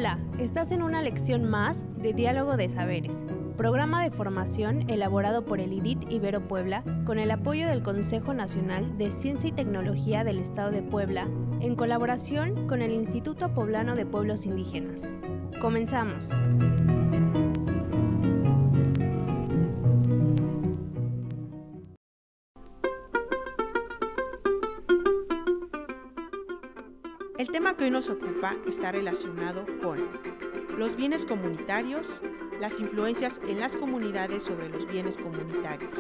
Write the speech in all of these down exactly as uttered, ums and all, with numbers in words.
Hola, estás en una lección más de Diálogo de Saberes, programa de formación elaborado por el I D I T Ibero Puebla con el apoyo del Consejo Nacional de Ciencia y Tecnología del Estado de Puebla en colaboración con el Instituto Poblano de Pueblos Indígenas. Comenzamos. El tema que hoy nos ocupa está relacionado con los bienes comunitarios, las influencias en las comunidades sobre los bienes comunitarios.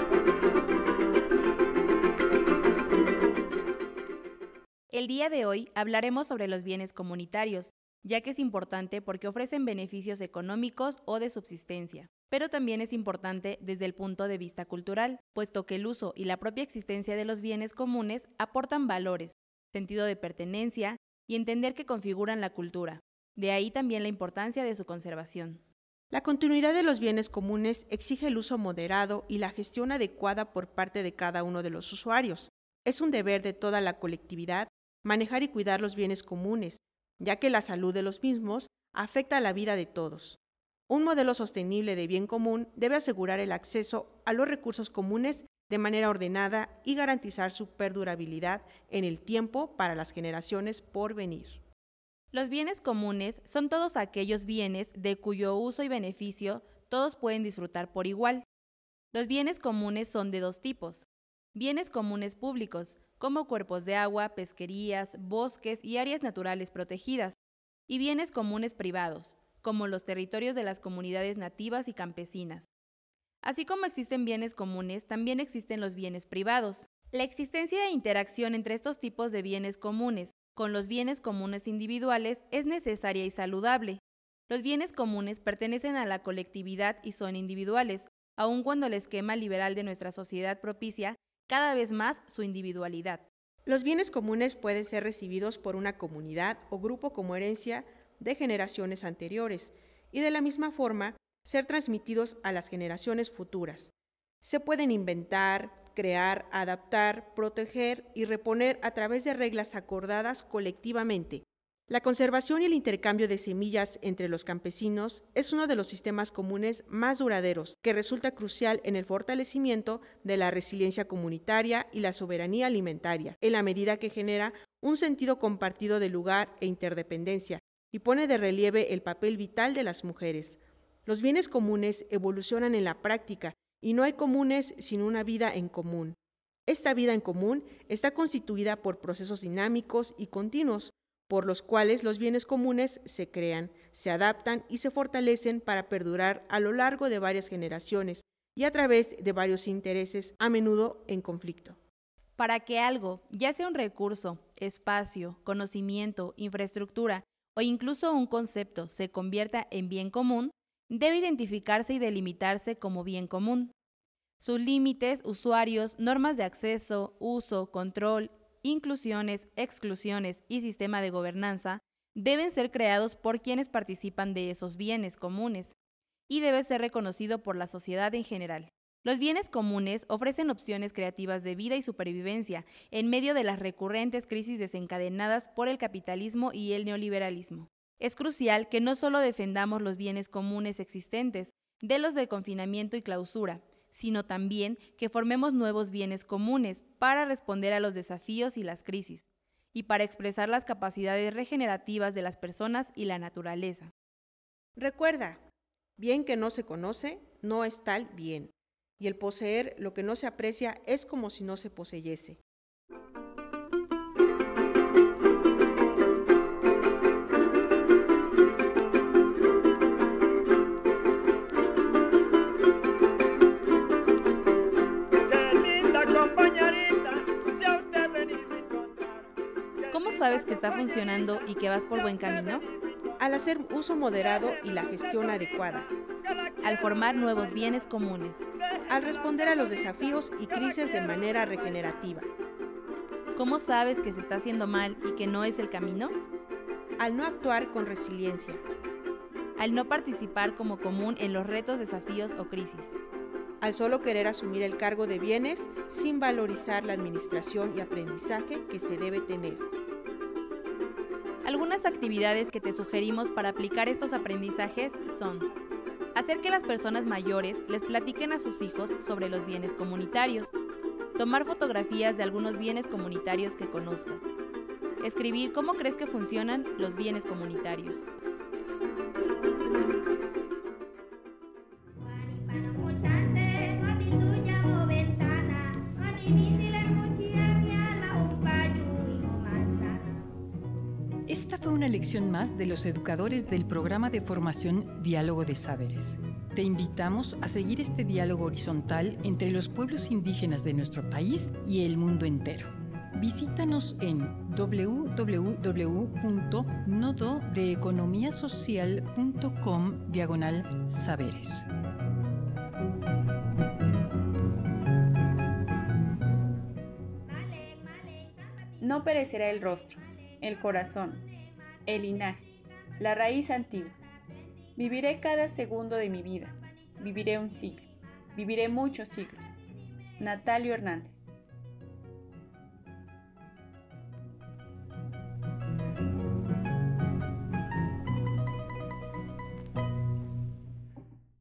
El día de hoy hablaremos sobre los bienes comunitarios, ya que es importante porque ofrecen beneficios económicos o de subsistencia, pero también es importante desde el punto de vista cultural, puesto que el uso y la propia existencia de los bienes comunes aportan valores, sentido de pertenencia y entender que configuran la cultura. De ahí también la importancia de su conservación. La continuidad de los bienes comunes exige el uso moderado y la gestión adecuada por parte de cada uno de los usuarios. Es un deber de toda la colectividad manejar y cuidar los bienes comunes, ya que la salud de los mismos afecta a la vida de todos. Un modelo sostenible de bien común debe asegurar el acceso a los recursos comunes de manera ordenada y garantizar su perdurabilidad en el tiempo para las generaciones por venir. Los bienes comunes son todos aquellos bienes de cuyo uso y beneficio todos pueden disfrutar por igual. Los bienes comunes son de dos tipos: bienes comunes públicos, como cuerpos de agua, pesquerías, bosques y áreas naturales protegidas, y bienes comunes privados, como los territorios de las comunidades nativas y campesinas. Así como existen bienes comunes, también existen los bienes privados. La existencia e interacción entre estos tipos de bienes comunes con los bienes comunes individuales es necesaria y saludable. Los bienes comunes pertenecen a la colectividad y son individuales, aun cuando el esquema liberal de nuestra sociedad propicia cada vez más su individualidad. Los bienes comunes pueden ser recibidos por una comunidad o grupo como herencia de generaciones anteriores y de la misma forma ser transmitidos a las generaciones futuras. Se pueden inventar, crear, adaptar, proteger y reponer a través de reglas acordadas colectivamente. La conservación y el intercambio de semillas entre los campesinos es uno de los sistemas comunes más duraderos, que resulta crucial en el fortalecimiento de la resiliencia comunitaria y la soberanía alimentaria, en la medida que genera un sentido compartido de lugar e interdependencia y pone de relieve el papel vital de las mujeres. Los bienes comunes evolucionan en la práctica y no hay comunes sin una vida en común. Esta vida en común está constituida por procesos dinámicos y continuos, por los cuales los bienes comunes se crean, se adaptan y se fortalecen para perdurar a lo largo de varias generaciones y a través de varios intereses, a menudo en conflicto. Para que algo, ya sea un recurso, espacio, conocimiento, infraestructura o incluso un concepto, se convierta en bien común, debe identificarse y delimitarse como bien común. Sus límites, usuarios, normas de acceso, uso, control, inclusiones, exclusiones y sistema de gobernanza deben ser creados por quienes participan de esos bienes comunes y debe ser reconocido por la sociedad en general. Los bienes comunes ofrecen opciones creativas de vida y supervivencia en medio de las recurrentes crisis desencadenadas por el capitalismo y el neoliberalismo. Es crucial que no solo defendamos los bienes comunes existentes, de los de confinamiento y clausura, sino también que formemos nuevos bienes comunes para responder a los desafíos y las crisis, y para expresar las capacidades regenerativas de las personas y la naturaleza. Recuerda, bien que no se conoce, no es tal bien, y el poseer lo que no se aprecia es como si no se poseyese. ¿Cómo sabes que está funcionando y que vas por buen camino? Al hacer uso moderado y la gestión adecuada. Al formar nuevos bienes comunes. Al responder a los desafíos y crisis de manera regenerativa. ¿Cómo sabes que se está haciendo mal y que no es el camino? Al no actuar con resiliencia. Al no participar como común en los retos, desafíos o crisis. Al solo querer asumir el cargo de bienes sin valorizar la administración y aprendizaje que se debe tener. Algunas actividades que te sugerimos para aplicar estos aprendizajes son: hacer que las personas mayores les platiquen a sus hijos sobre los bienes comunitarios, tomar fotografías de algunos bienes comunitarios que conozcas, escribir cómo crees que funcionan los bienes comunitarios. Esta fue una lección más de los educadores del programa de formación Diálogo de Saberes. Te invitamos a seguir este diálogo horizontal entre los pueblos indígenas de nuestro país y el mundo entero. Visítanos en doble u doble u doble u punto nodo de economía social punto com diagonal saberes. No perecerá el rostro, el corazón, el linaje, la raíz antigua. Viviré cada segundo de mi vida, viviré un siglo, viviré muchos siglos. Natalio Hernández.